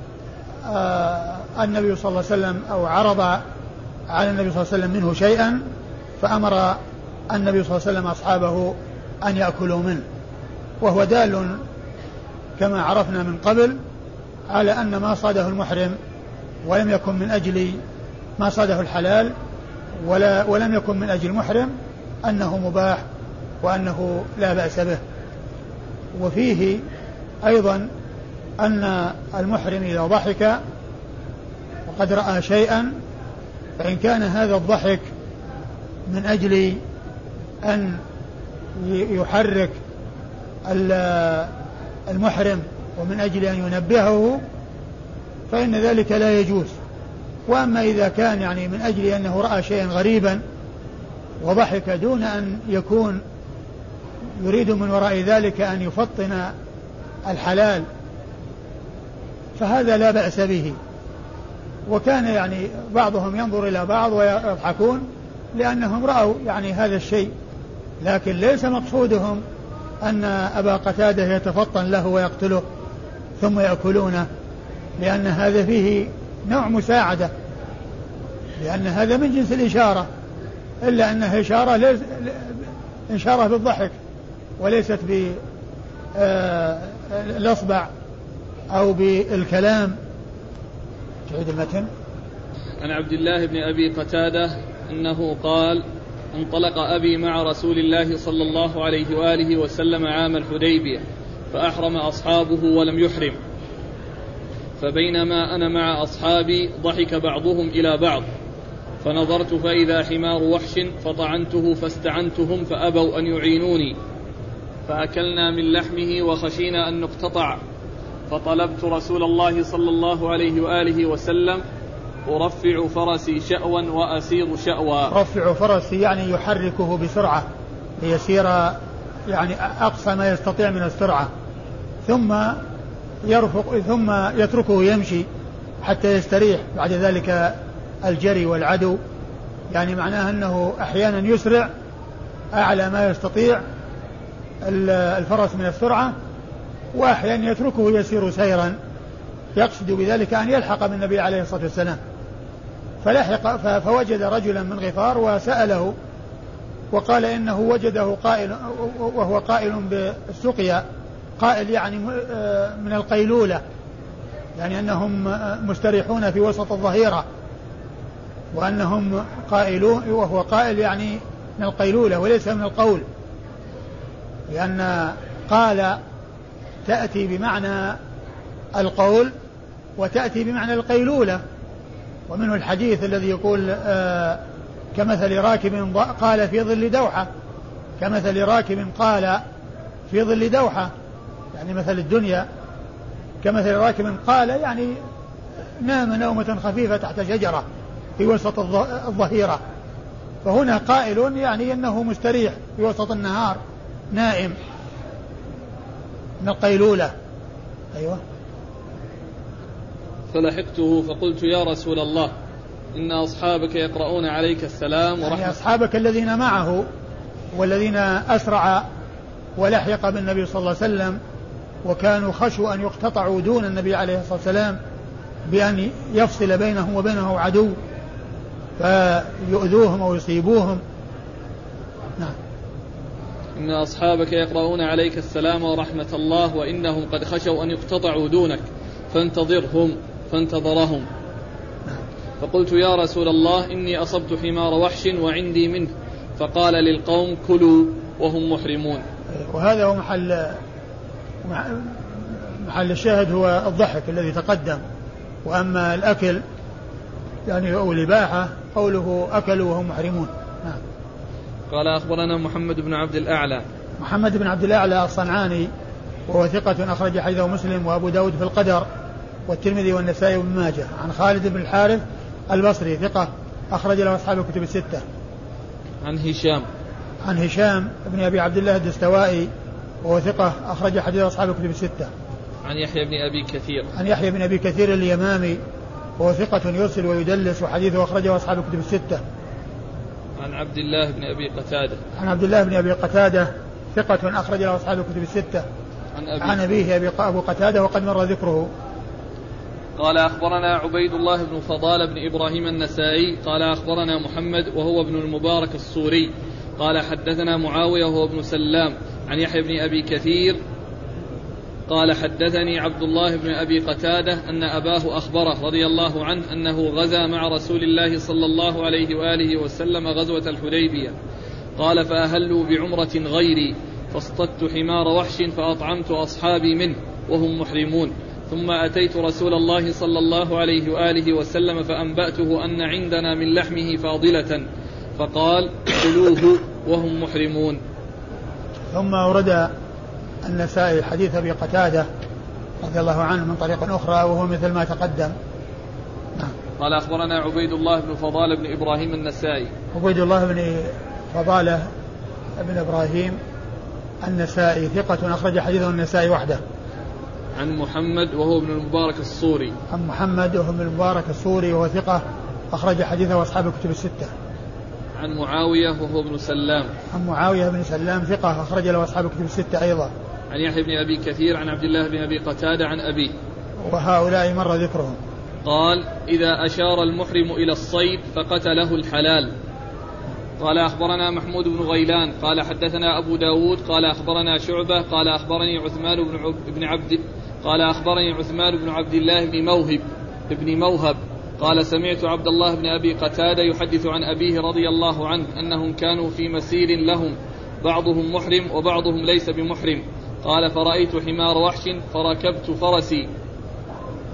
B: صلى الله عليه وسلم أو عرض على النبي صلى الله عليه وسلم منه شيئا، فأمر النبي صلى الله عليه وسلم أصحابه أن يأكلوا منه، وهو دال كما عرفنا من قبل على أن ما صاده المحرم ولم يكن من أجل ما صاده الحلال ولا ولم يكن من أجل المحرم أنه مباح وأنه لا بأس به. وفيه أيضا أن المحرم إذا ضحك وقد رأى شيئا، فإن كان هذا الضحك من أجل أن يحرك المحرم ومن أجل أن ينبهه فإن ذلك لا يجوز. وأما إذا كان يعني من أجل أنه رأى شيئا غريبا وضحك دون أن يكون يريد من وراء ذلك أن يفطن الحلال فهذا لا بأس به. وكان يعني بعضهم ينظر إلى بعض ويضحكون لأنهم رأوا يعني هذا الشيء، لكن ليس مقصودهم أن أبا قتادة يتفطن له ويقتله ثم يأكلونه، لأن هذا فيه نوع مساعدة، لأن هذا من جنس الإشارة، إلا أنها إشارة ليس إشارة بالضحك وليست بالأصبع أو بالكلام. تعيد المتن.
A: عن عبد الله بن أبي قتادة أنه قال: انطلق أبي مع رسول الله صلى الله عليه وآله وسلم عام الحديبية فأحرم أصحابه ولم يحرم، فبينما أنا مع أصحابي ضحك بعضهم إلى بعض، فنظرت فإذا حمار وحش فطعنته فاستعنتهم فأبوا أن يعينوني، فأكلنا من لحمه وخشينا أن نقتطع، فطلبت رسول الله صلى الله عليه وآله وسلم أرفع فرسي شأوا وأسير شأوا.
B: رفع فرسي يعني يحركه بسرعة ليسير يعني أقصى ما يستطيع من السرعة، ثم يرفق ثم يتركه يمشي حتى يستريح بعد ذلك الجري والعدو، يعني معناه أنه أحيانا يسرع أعلى ما يستطيع الفرس من السرعة، وأحيانا يتركه يسير سيرا، يقصد بذلك أن يلحق بالنبي عليه الصلاة والسلام. فلحق فوجد رجلا من غفار وسأله وقال إنه وجده قائل وهو قائل بالسقيا، قائل يعني من القيلولة، يعني أنهم مستريحون في وسط الظهيرة، وأنهم قائلون، وهو قائل يعني من القيلولة وليس من القول، لأن قال تأتي بمعنى القول وتأتي بمعنى القيلولة. ومنه الحديث الذي يقول آه كمثل راكب قال في ظل دوحة، كمثل راكب قال في ظل دوحة، يعني مثل الدنيا كمثل راكب قال يعني نام نومة خفيفة تحت شجرة في وسط الظهيرة، فهنا قائل يعني أنه مستريح في وسط النهار نائم من القيلولة. أيوة.
A: فلحقته فقلت يا رسول الله إن أصحابك يقرؤون عليك السلام ورحمة.
B: يعني أصحابك الذين معه والذين أسرع ولحق بالنبي صلى الله عليه وسلم وكانوا خشوا أن يقتطعوا دون النبي عليه الصلاة والسلام بأن يفصل بينهم وبينه عدو فيؤذوهم أو يصيبوهم. نعم.
A: إن أصحابك يقرؤون عليك السلام ورحمة الله وإنهم قد خشوا أن يقتطعوا دونك فانتظرهم، فانتظرهم. فقلت يا رسول الله إني أصبت حمار وحش وعندي منه، فقال للقوم كلوا وهم محرمون.
B: وهذا هو محل محل الشاهد، هو الضحك الذي تقدم، وأما الأكل يعني أو الإباحة قوله أكلوا وهم محرمون. نعم.
A: قال أخبرنا محمد بن عبد الأعلى.
B: محمد بن عبد الأعلى الصنعاني وهو ثقة أخرج حديثه مسلم وأبو داود في القدر والترمذي والنسائي وابن ماجه. عن خالد بن الحارث البصري ثقة أخرج له أصحاب الكتب الستة.
A: عن هشام
B: عن هشام بن أبي عبد الله الدستوائي وهو ثقة أخرج حديث أصحاب الكتب الستة.
A: عن يحيى بن أبي كثير.
B: عن يحيى بن أبي كثير اليمامي وهو ثقة يرسل ويدلس وحديثه أخرجه أصحاب الكتب الستة.
A: عن عبد الله بن أبي قتادة.
B: عن عبد الله بن أبي قتادة ثقة أخرج له أصحاب الكتب الستة.
A: عن, أبي
B: عن أبيه أبو قتادة وقد مر ذكره.
A: قال أخبرنا عبيد الله بن فضال بن إبراهيم النسائي قال أخبرنا محمد وهو ابن المبارك السوري قال حدثنا معاوية وهو ابن سلام عن يحيى بن أبي كثير قال حدثني عبد الله بن أبي قتادة أن أباه أخبره رضي الله عنه أنه غزا مع رسول الله صلى الله عليه وآله وسلم غزوة الحديبية، قال فأهلوا بعمرة غيري فاصطدت حمار وحش فأطعمت أصحابي منه وهم محرمون، ثم أتيت رسول الله صلى الله عليه وآله وسلم فأنبأته أن عندنا من لحمه فاضلة، فقال كلوه وهم محرمون.
B: ثم ورد النسائي حديث أبي قتادة رضي الله عنه من طريق أخرى وهو مثل ما تقدم. نعم.
A: قال أخبرنا عبيد الله بن فضالة بن إبراهيم النسائي.
B: عبيد الله بن فضالة بن إبراهيم النسائي ثقة أخرج حديثه النسائي وحده.
A: عن محمد وهو ابن المبارك السوري.
B: عن محمد وهو ابن المبارك السوري وهو ثقة أخرج حديثه أصحاب الكتب الستة.
A: عن معاوية وهو ابن سلام.
B: عن معاوية بن سلام ثقة أخرج له أصحاب الكتب الستة أيضا.
A: عن يحيى بن أبي كثير عن عبد الله بن أبي قتادة عن أبيه.
B: وهؤلاء مر ذكرهم.
A: قال إذا أشار المحرم إلى الصيد فقتله الحلال. قال أخبرنا محمود بن غيلان قال حدثنا أبو داود قال أخبرنا شعبة قال أخبرني عثمان بن عبد قال أخبرني عثمان بن عبد الله بن موهب بن موهب قال سمعت عبد الله بن أبي قتادة يحدث عن أبيه رضي الله عنه أنهم كانوا في مسير لهم بعضهم محرم وبعضهم ليس بمحرم، قال فرأيت حمار وحش فركبت فرسي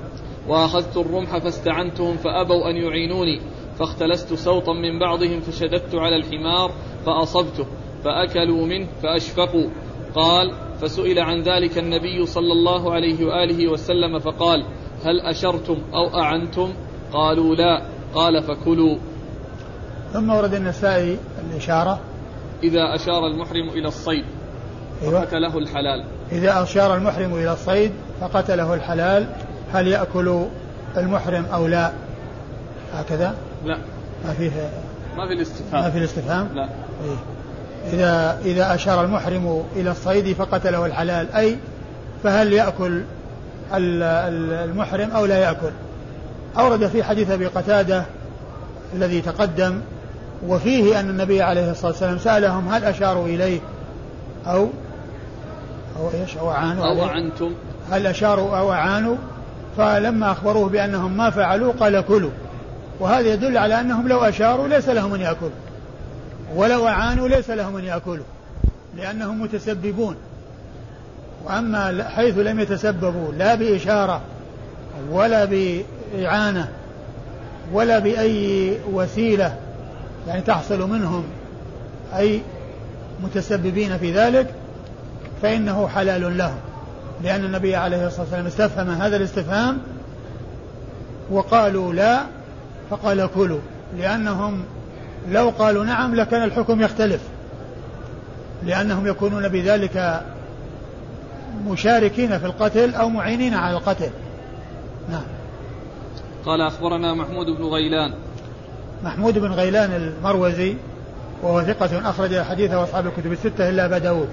A: وأخذت الرمح فاستعنتهم فأبوا أن يعينوني فاختلست سوطا من بعضهم فشددت على الحمار فأصبته فأكلوا منه فأشفقوا. قال: فسئل عن ذلك النبي صلى الله عليه وآله وسلم فقال: هل أشرتم أو أعنتم؟ قالوا: لا. قال: فكلوا.
B: ثم ورد النسائي الإشارة:
A: إذا أشار المحرم إلى الصيد فقتله الحلال.
B: إذا أشار المحرم إلى الصيد فقتله الحلال، هل يأكل المحرم أو لا؟ هكذا؟
A: لا،
B: ما فيه
A: ما في الاستفهام.
B: ما في الاستفهام؟
A: لا.
B: إيه؟ إذا إذا أشار المحرم إلى الصيد فقتله الحلال، أي فهل يأكل المحرم أو لا يأكل؟ أورد في حديث أبي قتادة الذي تقدم وفيه أن النبي عليه الصلاة والسلام سألهم: هل أشاروا إليه أو أو إيش أو أعانوا
A: أو أعنتم؟
B: هل أشاروا أو أعانوا؟ فلما أخبروه بأنهم ما فعلوا قال: كلوا. وهذا يدل على أنهم لو أشاروا ليس لهم أن يأكلوا، ولو أعانوا ليس لهم أن يأكلوا، لأنهم متسببون. وأما حيث لم يتسببوا لا بإشارة ولا بإعانة ولا بأي وسيلة يعني تحصل منهم أي متسببين في ذلك، فإنه حلال لهم، لأن النبي عليه الصلاة والسلام استفهم هذا الاستفهام وقالوا لا فقال: كلوا، لأنهم لو قالوا نعم لكان الحكم يختلف، لأنهم يكونون بذلك مشاركين في القتل أو معينين على القتل. نعم.
A: قال: أخبرنا محمود بن غيلان.
B: محمود بن غيلان المروزي وهو ثقة أخرج حديثه أصحاب الكتب الستة إلا أبا داود.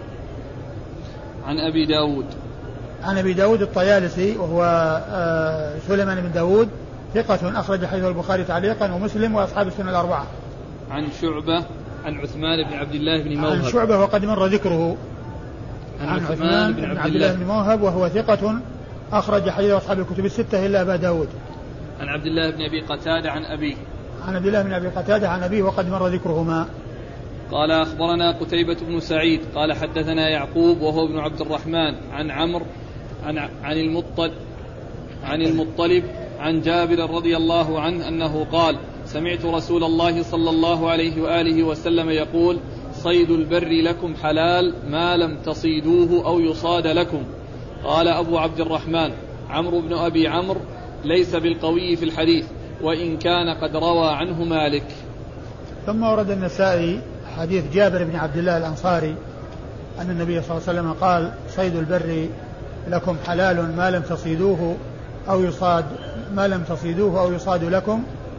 A: عن أبي داود.
B: عن أبي داود الطيالسي وهو سليمان بن داود ثقة أخرج حديثه البخاري تعليقا ومسلم وأصحاب السنة الأربعة.
A: عن شعبة عن عثمان بن عبد الله بن موهب.
B: عن شعبة وقد مر ذكره.
A: عن,
B: عن
A: عثمان بن عبد,
B: عبد الله بن موهب وهو ثقة أخرج حديثه أصحاب الكتب الستة إلا أبا داود.
A: عن عبد الله بن أبي قتادة عن أبيه.
B: عن عبد الله بن أبي قتادة عن أبيه وقد مر ذكرهما.
A: قال: أخبرنا قتيبة بن سعيد قال: حدثنا يعقوب وهو ابن عبد الرحمن عن عمرو عن عن المطلب عن المطلب عن جابر رضي الله عنه أنه قال: سمعت رسول الله صلى الله عليه وآله وسلم يقول: صيد البر لكم حلال ما لم تصيدوه أو يصاد لكم. قال أبو عبد الرحمن: عمرو بن أبي عمرو ليس بالقوي في الحديث، وإن كان قد روى عنه مالك.
B: ثم ورد النسائي حديث جابر بن عبد الله الأنصاري أن النبي صلى الله عليه وسلم قال: صيد البر لكم حلال ما لم تصيدوه أو يصاد ما لم تصيدوه أو يصاد لكم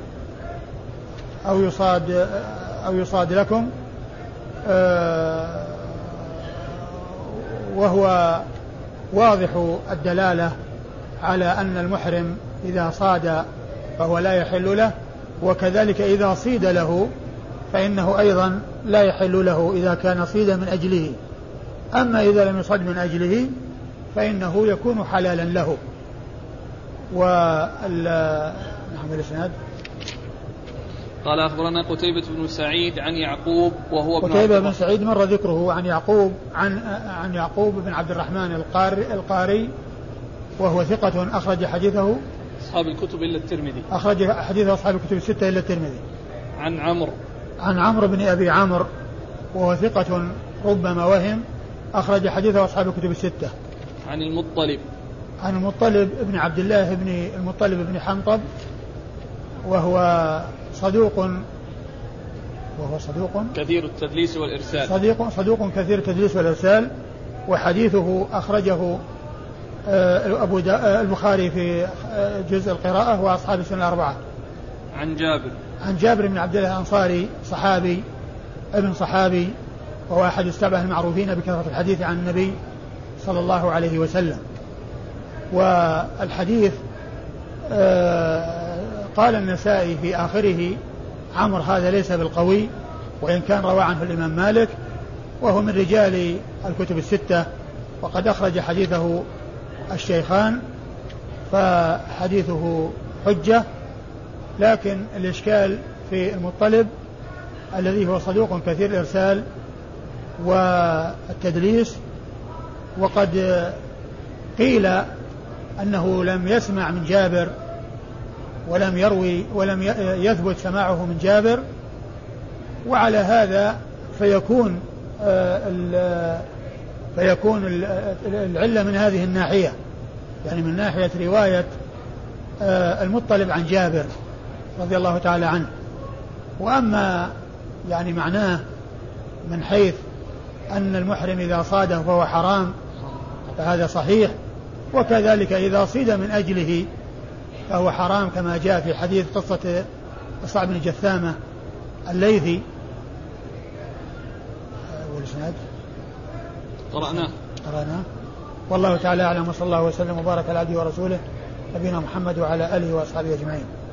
B: أو يصاد أو يصاد لكم وهو واضح الدلالة على أن المحرم إذا صاد فهو لا يحل له، وكذلك إذا صيد له فإنه أيضا لا يحل له إذا كان صيد من أجله. أما إذا لم يصد من أجله فإنه يكون حلالا له. نعم الإسناد.
A: قال: أخبرنا قتيبة بن سعيد عن يعقوب وهو ابن
B: قتيبة بن سعيد مر ذكره عن يعقوب عن عن يعقوب بن عبد الرحمن القاري, القاري وهو ثقة أخرج حديثه
A: أصحاب الكتب إلا الترمذي.
B: أخرج حديث أصحاب الكتب الستة إلا الترمذي.
A: عن عمرو
B: عن عمرو بن أبي عمرو وهو ثقة ربما وهم أخرج حديثه أصحاب الكتب الستة.
A: عن المطلب
B: عن المطلب بن عبد الله بن المطلب بن حنطب وهو صدوق وهو صدوق
A: كثير التدليس والإرسال
B: صديق صدوق كثير التدليس والإرسال، وحديثه أخرجه أبو البخاري في جزء القراءة وأصحاب السنة الأربعة.
A: عن جابر
B: عن جابر بن عبد الله الأنصاري صحابي ابن صحابي وهو أحد السبعة المعروفين بكثرة الحديث عن النبي صلى الله عليه وسلم. والحديث قال النسائي في آخره: عمرو هذا ليس بالقوي، وإن كان روى عنه الإمام مالك وهو من رجال الكتب الستة وقد أخرج حديثه الشيخان، فحديثه حجة. لكن الإشكال في المطلب الذي هو صدوق كثير الإرسال والتدليس، وقد قيل أنه لم يسمع من جابر ولم يروي ولم يثبت سماعه من جابر، وعلى هذا فيكون فيكون العلة من هذه الناحية، يعني من ناحية رواية المطلب عن جابر رضي الله تعالى عنه. وأما يعني معناه من حيث أن المحرم إذا صاده فهو حرام فهذا صحيح، وكذلك إذا صيد من أجله فهو حرام كما جاء في حديث قصة صعب بن جثامة الليثي. والإسناد
A: قرأناه
B: قرأناه والله تعالى أعلم، وصلى الله وسلم وبارك على عبده ورسوله نبينا محمد وعلى آله وأصحابه أجمعين.